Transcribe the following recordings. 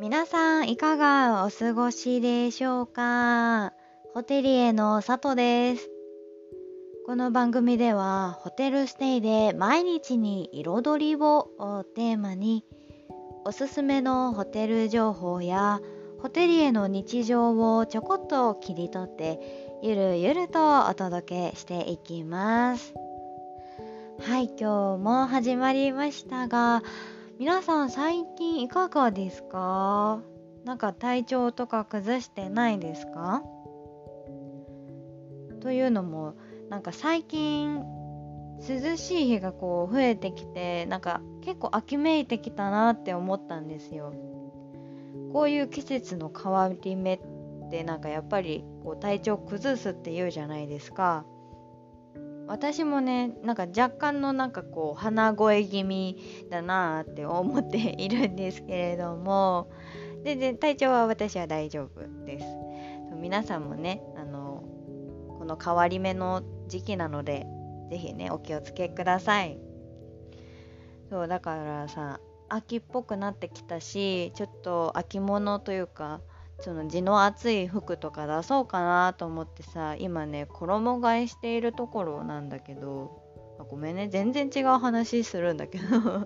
皆さんいかがお過ごしでしょうか。ホテリエの佐藤です。この番組ではホテルステイで毎日に彩りをテーマにおすすめのホテル情報やホテリエの日常をちょこっと切り取ってゆるゆるとお届けしていきます。はい、今日も始まりましたが、皆さん最近いかがですか？なんか体調とか崩してないですか？というのも、なんか最近涼しい日が増えてきて、なんか結構秋めいてきたなって思ったんですよ。こういう季節の変わり目ってなんかやっぱり体調崩すって言うじゃないですか。私もね、なんか若干の鼻声気味だなって思っているんですけれども、全然体調は私は大丈夫です。皆さんもね、この変わり目の時期なので、ぜひね、お気をつけください。そう、だからさ、秋っぽくなってきたし、ちょっと秋物というか、その地の熱い服とか出そうかなと思ってさ、今ね、衣替えしているところなんだけど、ごめんね、全然違う話するんだけど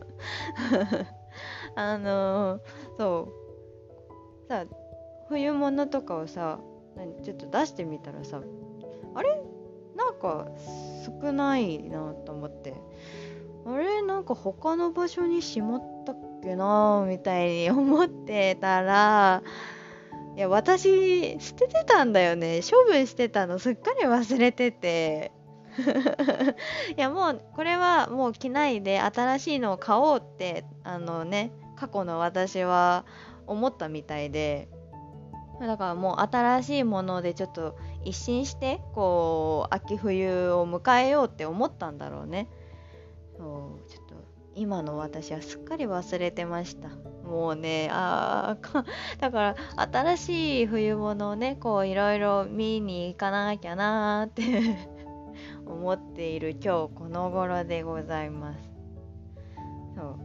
そうさ、冬物とかをさ、ちょっと出してみたらさ、あれなんか少ないなと思って、あれなんか他の場所にしまったっけなみたいに思ってたら、いや私捨ててたんだよね。処分してたのすっかり忘れてていやもうこれはもう着ないで新しいのを買おうって過去の私は思ったみたいで、だからもう新しいものでちょっと一新して秋冬を迎えようって思ったんだろうね。そうちょっと今の私はすっかり忘れてました。もうね、だから新しい冬物をね、いろいろ見に行かなきゃなーって思っている今日この頃でございます。そう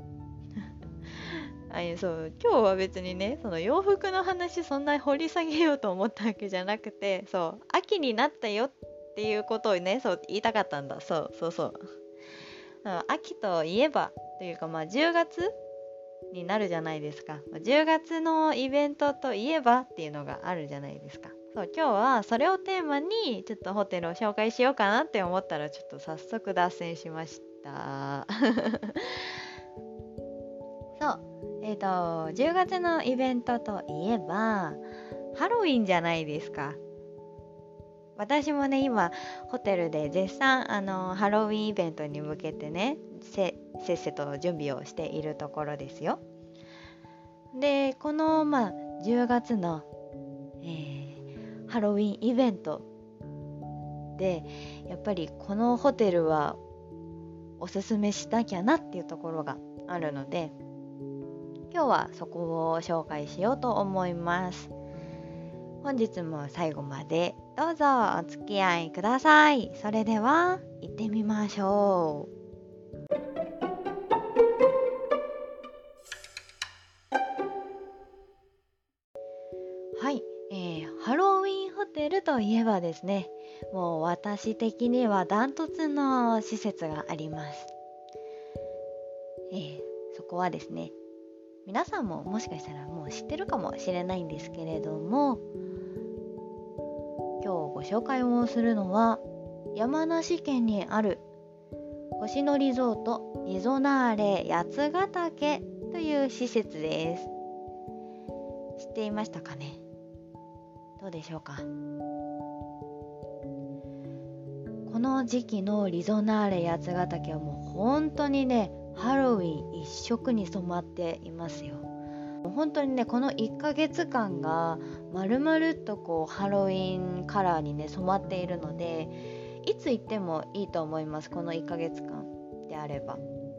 そう今日は別にね、その洋服の話そんな掘り下げようと思ったわけじゃなくて、そう秋になったよっていうことをね、そう言いたかったんだ。そう秋といえばというか、10月になるじゃないですか。10月のイベントといえばっていうのがあるじゃないですか。そう今日はそれをテーマにちょっとホテルを紹介しようかなって思ったら、ちょっと早速脱線しましたそう10月のイベントといえばハロウィンじゃないですか。私もね、今ホテルで絶賛ハロウィンイベントに向けてね、せっせと準備をしているところですよ。でこの10月の、ハロウィンイベントでやっぱりこのホテルはおすすめしなきゃなっていうところがあるので、今日はそこを紹介しようと思います。本日も最後までどうぞお付き合いください。それでは行ってみましょう。はい、ハロウィンホテルといえばですね、もう私的にはダントツの施設があります。そこはですね、皆さんももしかしたらもう知ってるかもしれないんですけれども、今日ご紹介をするのは山梨県にある星野リゾートリゾナーレ八ヶ岳という施設です。知っていましたかね？どうでしょうか？この時期のリゾナーレ八ヶ岳はもう本当にね、ハロウィン一色に染まっていますよ。本当にね、この1ヶ月間が丸々とハロウィンカラーにね染まっているので、いつ行ってもいいと思います。この1ヶ月間であれば。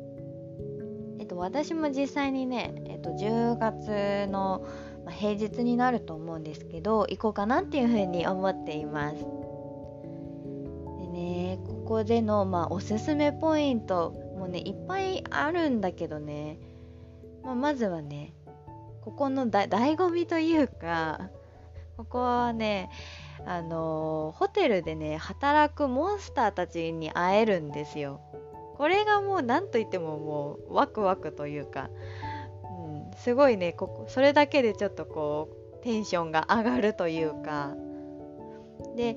私も実際にね、10月の平日になると思うんですけど、行こうかなっていうふうに思っています。でね、ここでのおすすめポイントもねいっぱいあるんだけどね、まずはね、 ここの醍醐味というか、ここはね、ホテルでね働くモンスターたちに会えるんですよ。これがもう何と言ってももうワクワクというか、すごいね、それだけでちょっとこうテンションが上がるというかで、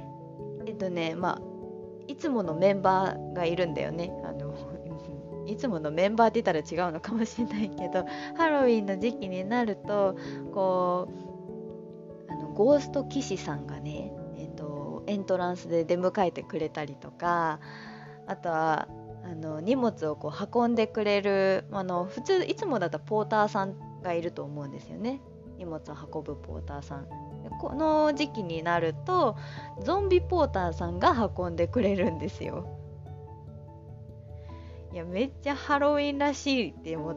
いつものメンバーがいるんだよね。いつものメンバーって言ったら違うのかもしれないけど、ハロウィンの時期になるとこうゴースト騎士さんがね、エントランスで出迎えてくれたりとか、あとは荷物をこう運んでくれる、普通いつもだったらポーターさんがいると思うんですよね。荷物を運ぶポーターさん。この時期になるとゾンビポーターさんが運んでくれるんですよ。いや、めっちゃハロウィンらしいって思って。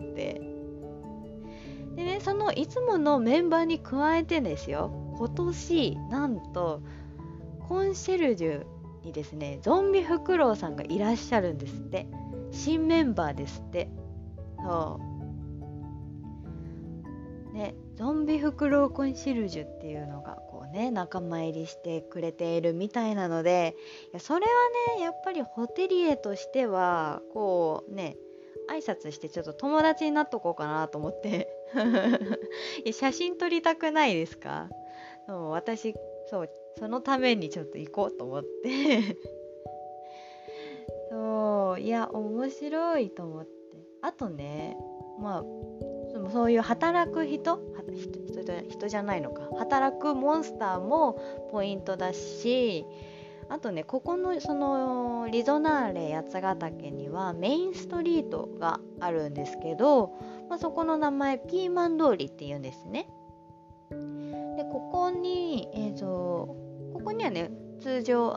でね、そのいつものメンバーに加えてですよ、今年なんとコンシェルジュにですね、ゾンビフクロウさんがいらっしゃるんですって。新メンバーですって。そうね、ゾンビフクロウコンシェルジュっていうのがこうね、仲間入りしてくれているみたいなので、いや、それはね、やっぱりホテリエとしてはこうね、挨拶してちょっと友達になっとこうかなと思って写真撮りたくないですか？私そのためにちょっと行こうと思っていや面白いと思って。あとね、そういう働く人じゃないのか、働くモンスターもポイントだし、あとね、ここのそのリゾナーレ八ヶ岳にはメインストリートがあるんですけど、そこの名前ピーマン通りっていうんですね。でここにはね、通常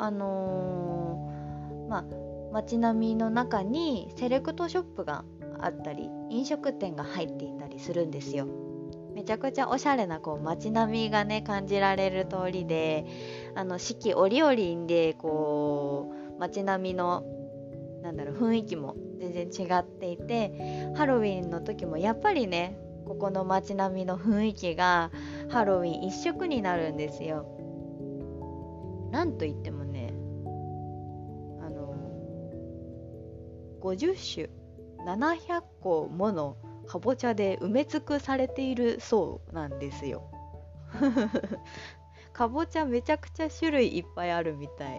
街並みの中にセレクトショップがあったり飲食店が入っていたりするんですよ。めちゃくちゃおしゃれなこう街並みがね感じられる通りで、四季折々でこう街並みの雰囲気も全然違っていて、ハロウィンの時もやっぱりね、ここの街並みの雰囲気がハロウィン一色になるんですよ。なんといってもね、50種700個ものかぼちゃで埋め尽くされているそうなんですよかぼちゃめちゃくちゃ種類いっぱいあるみたい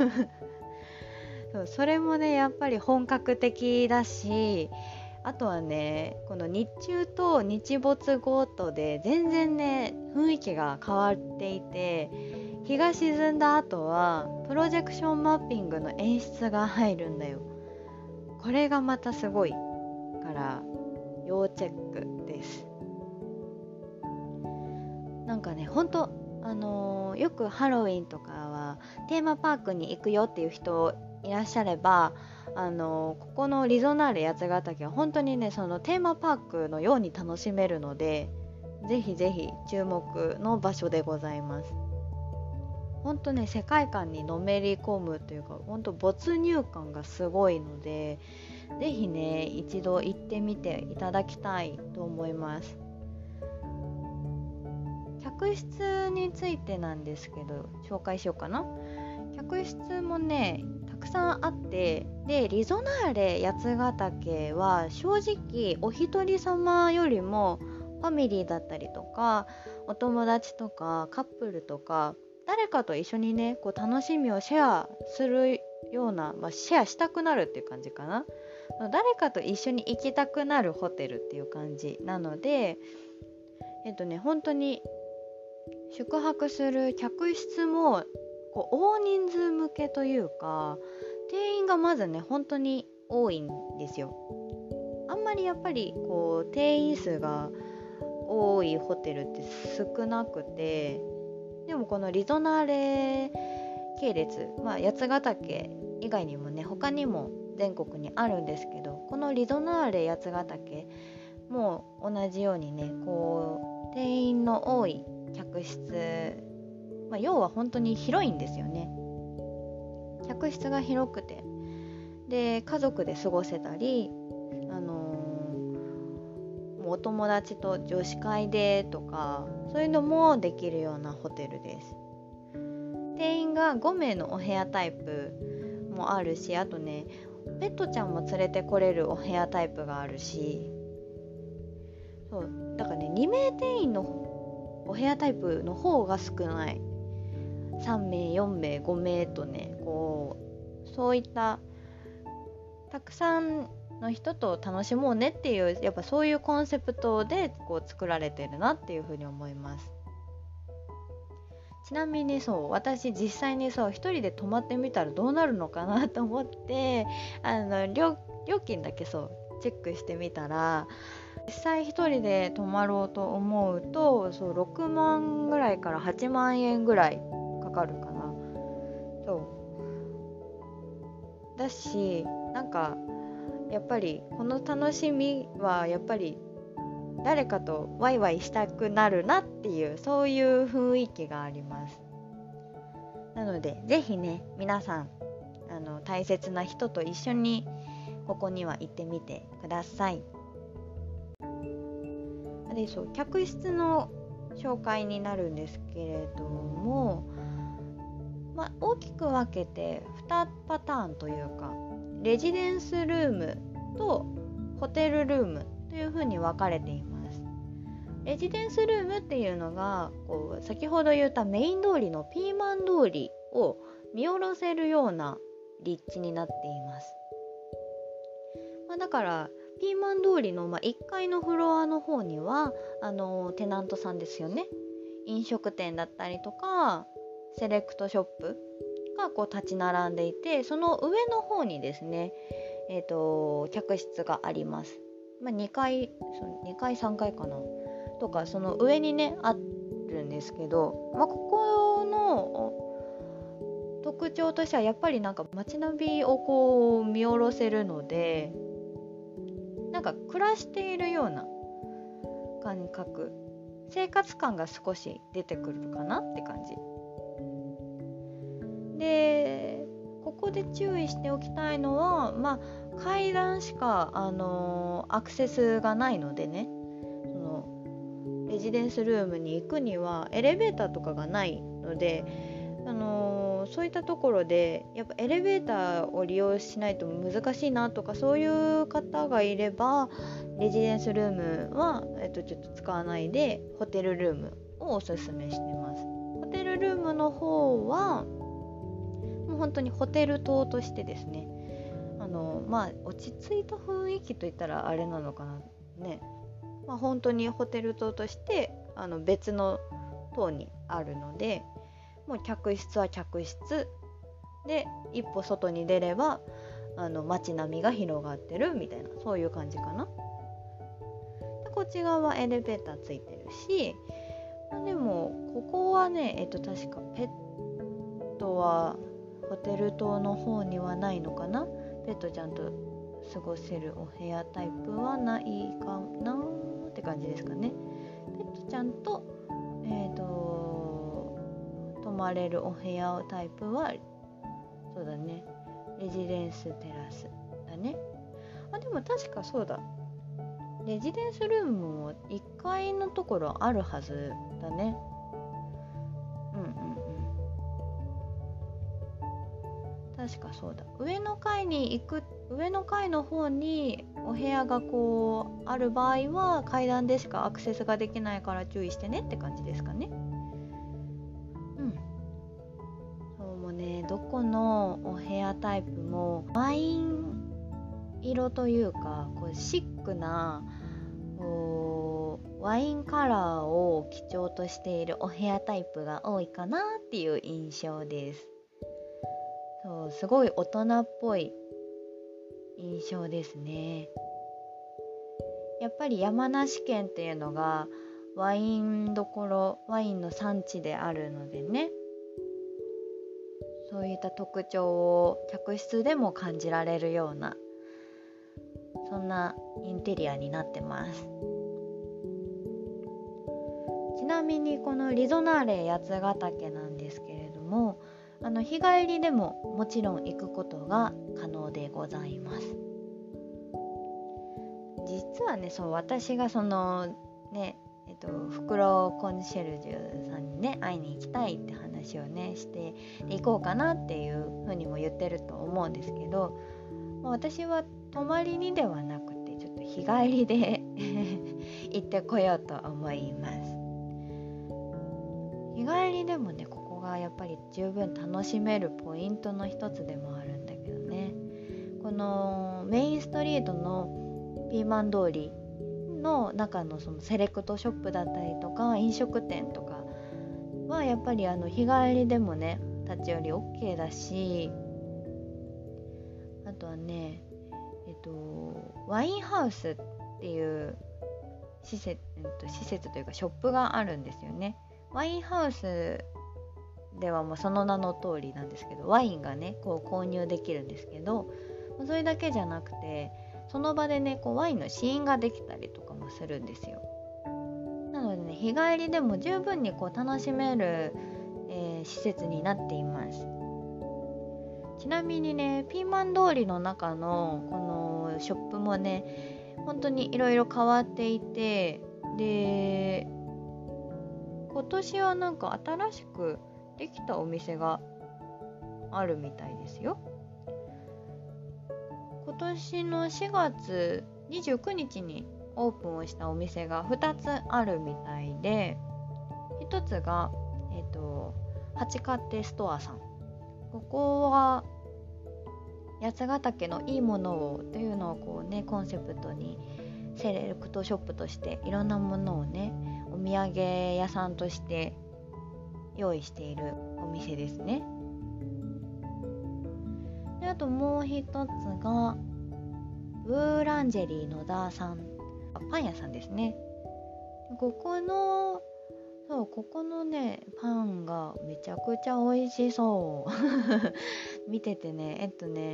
それもねやっぱり本格的だし、あとはね、この日中と日没ごとで全然ね雰囲気が変わっていて、日が沈んだ後はプロジェクションマッピングの演出が入るんだよ。これがまたすごいから要チェックです。なんかね、ほんとよくハロウィンとかはテーマパークに行くよっていう人いらっしゃれば、ここのリゾナーレ八ヶ岳は本当にね、そのテーマパークのように楽しめるので、ぜひぜひ注目の場所でございます。本当ね、世界観にのめり込むというか、本当没入感がすごいので、ぜひね一度行ってみていただきたいと思います。客室についてなんですけど紹介しようかな。客室もねたくさんあって、でリゾナーレ八ヶ岳は正直お一人様よりもファミリーだったりとかお友達とかカップルとか誰かと一緒にねこう楽しみをシェアするような、シェアしたくなるっていう感じかな。誰かと一緒に行きたくなるホテルっていう感じなので、本当に宿泊する客室もこう大人数向けというか、定員がまずね本当に多いんですよ。あんまりやっぱりこう定員数が多いホテルって少なくて、でもこのリゾナーレ系列、八ヶ岳以外にもね他にも全国にあるんですけど、このリゾナーレ八ヶ岳も同じようにねこう定員の多い客室、要は本当に広いんですよね。客室が広くて、で家族で過ごせたり、ももお友達と女子会でとかそういうのもできるようなホテルです。定員が5名のお部屋タイプもあるし、あとねペットちゃんも連れてこれるお部屋タイプがあるし、そうだからね2名定員のお部屋タイプの方が少ない。3名4名5名とね、こうそういったたくさんの人と楽しもうねっていう、やっぱそういうコンセプトでこう作られてるなっていうふうに思います。ちなみに私実際に一人で泊まってみたらどうなるのかなと思って料金だけチェックしてみたら、実際一人で泊まろうと思うと6万ぐらいから8万円ぐらいかかるかな。だし、なんかやっぱりこの楽しみはやっぱり誰かとワイワイしたくなるなっていう、そういう雰囲気があります。なのでぜひね皆さん大切な人と一緒にここには行ってみてください。で客室の紹介になるんですけれども、大きく分けて2パターンというか、レジデンスルームとホテルルームというふうに分かれています。レジデンスルームっていうのが先ほど言ったメイン通りのピーマン通りを見下ろせるような立地になっています。だからピーマン通りの1階のフロアの方にはテナントさんですよね、飲食店だったりとかセレクトショップが立ち並んでいて、その上の方にですね、客室があります。2階3階かなとか、その上にねあるんですけど、ここの特徴としてはやっぱり街並みを見下ろせるので、暮らしているような感覚、生活感が少し出てくるかなって感じで、ここで注意しておきたいのは、階段しか、アクセスがないのでね、レジデンスルームに行くにはエレベーターとかがないので、そういったところでやっぱエレベーターを利用しないと難しいなとか、そういう方がいればレジデンスルームは、ちょっと使わないでホテルルームをおすすめしてます。ホテルルームの方はもう本当にホテル棟としてですね、落ち着いた雰囲気といったらあれなのかなね、本当にホテル棟として別の棟にあるので、もう客室は客室で一歩外に出れば街並みが広がってるみたいな、そういう感じかな。でこっち側はエレベーターついてるし、でもここはね確かペットはホテル棟の方にはないのかな。ペットちゃんと過ごせるお部屋タイプはないかなって感じですかね。ペットちゃんと泊まれるお部屋タイプはそうだね、レジデンステラスだね。でも確かそうだ、レジデンスルームも1階のところあるはずだね。確かそうだ、上の階の方にお部屋がある場合は階段でしかアクセスができないから注意してねって感じですかね。そうもね、どこのお部屋タイプもワイン色というかシックなワインカラーを基調としているお部屋タイプが多いかなっていう印象です。すごい大人っぽい印象ですね。やっぱり山梨県っていうのがワインの産地であるのでね、そういった特徴を客室でも感じられるような、そんなインテリアになってます。ちなみにこのリゾナーレ八ヶ岳なんですけれども、日帰りでももちろん行くことが可能でございます。 実はね、そう私がそのね袋コンシェルジュさんにね会いに行きたいって話をねして行こうかなっていうふうにも言ってると思うんですけど、私は泊まりにではなくてちょっと日帰りで行ってこようと思います。日帰りでもねここがやっぱり十分楽しめるポイントの一つでもあるんだけどね、このメインストリートのピーマン通りの中のそのセレクトショップだったりとか飲食店とかはやっぱり日帰りでもね立ち寄り OK だし、あとはねワインハウスっていう施設というかショップがあるんですよね。ワインハウスではもうその名の通りなんですけど、ワインがねこう購入できるんですけど、それだけじゃなくてその場でねこうワインの試飲ができたりとかもするんですよ。なのでね日帰りでも十分にこう楽しめる、施設になっています。ちなみにねピーマン通りの中のこのショップもね本当にいろいろ変わっていて、で今年はなんか新しくできたお店があるみたいですよ。今年の4月29日にオープンをしたお店が2つあるみたいで、1つが八勝手ストアさん。ここは八ヶ岳のいいものをというのをこうねコンセプトにセレクトショップとしていろんなものをねお土産屋さんとして用意しているお店ですね。であともう一つがブーランジェリー野田さん、パン屋さんですね。ここのねパンがめちゃくちゃ美味しそう見ててね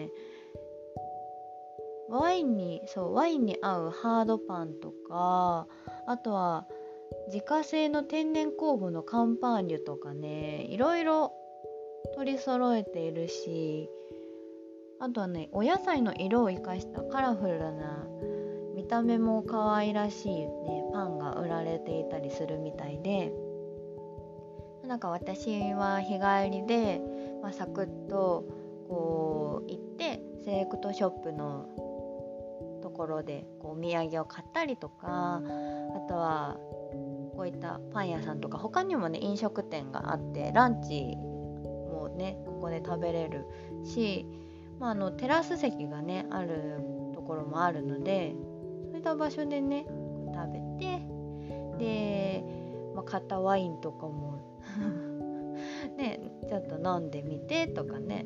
ワインに合うハードパンとか、あとは自家製の天然酵母のカンパーニュとかねいろいろ取り揃えているし、あとはねお野菜の色を生かしたカラフルな見た目も可愛らしいねパンが売られていたりするみたいで、なんか私は日帰りで、サクッとこう行ってセレクトショップのところでこうお土産を買ったりとか、あとはこういったパン屋さんとか他にもね飲食店があってランチもねここで食べれるし、テラス席がねあるところもあるので、そういった場所でね食べて、で、買ったワインとかもねちょっと飲んでみてとかね、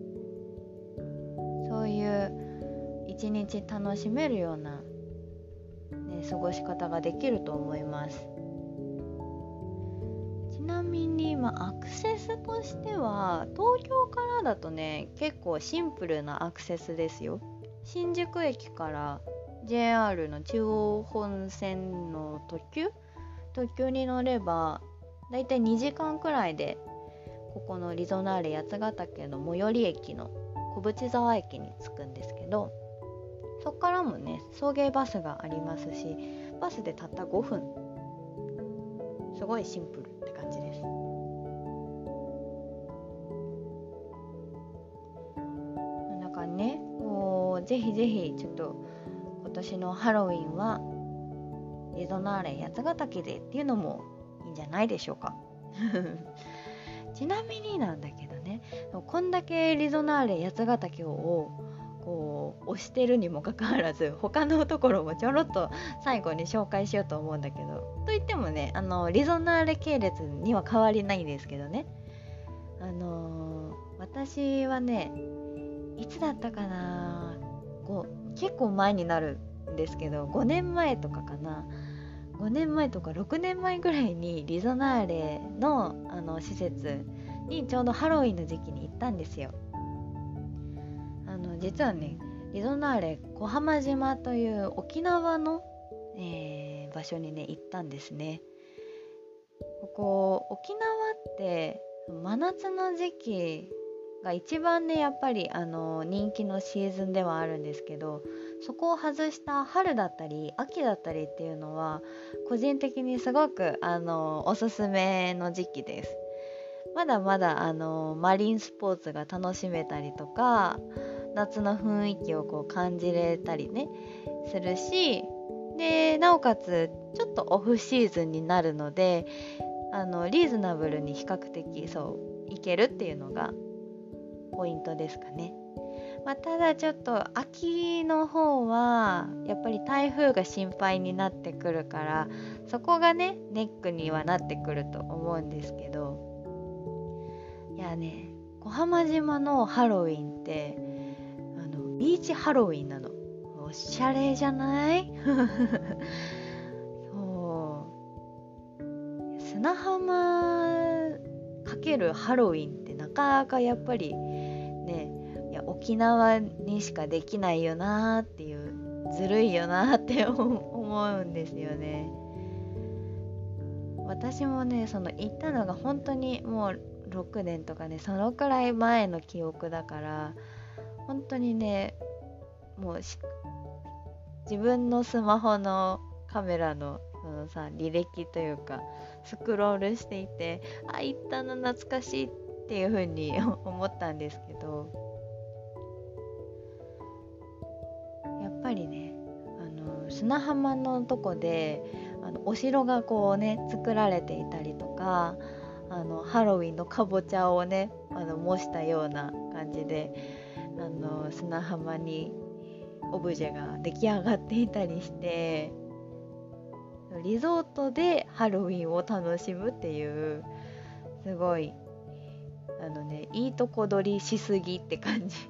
そういう一日楽しめるような、過ごし方ができると思います。ちなみに、アクセスとしては東京からだとね結構シンプルなアクセスですよ。新宿駅から JR の中央本線の特急に乗ればだいたい2時間くらいでここのリゾナーレ八ヶ岳の最寄り駅の小淵沢駅に着くんですけど、そこからもね送迎バスがありますし、バスでたった5分、すごいシンプルって感じです。だからねぜひぜひちょっと今年のハロウィンはリゾナーレ八ヶ岳でっていうのもいいんじゃないでしょうかちなみになんだけどね、こんだけリゾナーレ八ヶ岳をこう推してるにもかかわらず他のところもちょろっと最後に紹介しようと思うんだけど、といってもねリゾナーレ系列には変わりないんですけどね、私はねいつだったかな、結構前になるんですけど5年前とかかな、5年前とか6年前ぐらいにリゾナーレの施設にちょうどハロウィンの時期に行ったんですよ。実はねリゾナーレ小浜島という沖縄の、場所にね行ったんですね。ここ沖縄って真夏の時期が一番ねやっぱり人気のシーズンではあるんですけど、そこを外した春だったり秋だったりっていうのは個人的にすごくおすすめの時期です。まだまだマリンスポーツが楽しめたりとか、夏の雰囲気をこう感じれたりねするし、でなおかつちょっとオフシーズンになるのでリーズナブルに比較的そういけるっていうのがポイントですかね。ただちょっと秋の方はやっぱり台風が心配になってくるから、そこがねネックにはなってくると思うんですけど、いやね、小浜島のハロウィンってビーチハロウィンなの。おしゃれじゃないそう砂浜かけるハロウィンってなかなかやっぱりね、いや沖縄にしかできないよなーっていう、ずるいよなーって思うんですよね。私もね行ったのが本当にもう6年とかね、そのくらい前の記憶だから、本当にねもう自分のスマホのカメラのそのさ履歴というかスクロールしていて、行ったの懐かしいっていう風に思ったんですけど、やっぱりね砂浜のとこでお城がこうね作られていたりとか、ハロウィンのかぼちゃをね模したような感じで砂浜にオブジェが出来上がっていたりして、リゾートでハロウィンを楽しむっていう、すごいいいとこ取りしすぎって感じ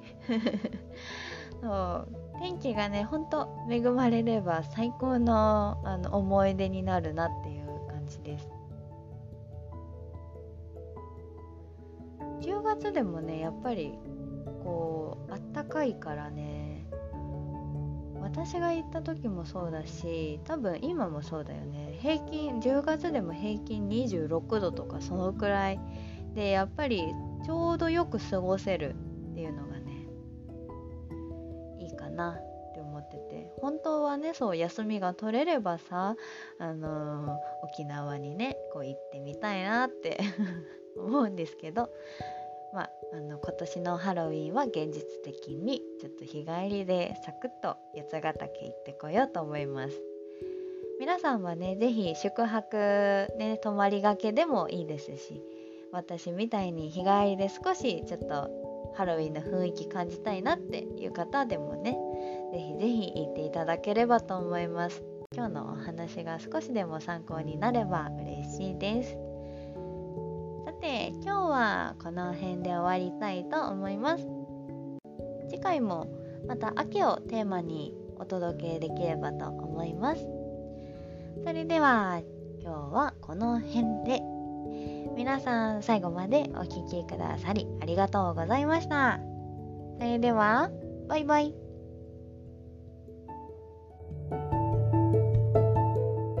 そう天気がねほんと恵まれれば最高の思い出になるなっていう感じです。10月でもねやっぱりこうあったかいからね、私が行った時もそうだし、多分今もそうだよね。平均10月でも平均26度とかそのくらいで、やっぱりちょうどよく過ごせるっていうのがねいいかなって思ってて、本当はねそう休みが取れればさ沖縄にねこう行ってみたいなって思うんですけど、今年のハロウィンは現実的にちょっと日帰りでサクッと八ヶ岳行ってこようと思います。皆さんはねぜひ宿泊ね泊まりがけでもいいですし、私みたいに日帰りで少しちょっとハロウィンの雰囲気感じたいなっていう方でもね、ぜひぜひ行っていただければと思います。今日のお話が少しでも参考になれば嬉しいです。さて今日はこの辺で終わりたいと思います。次回もまた秋をテーマにお届けできればと思います。それでは今日はこの辺で、皆さん最後までお聞きくださりありがとうございました。それではバイバイ。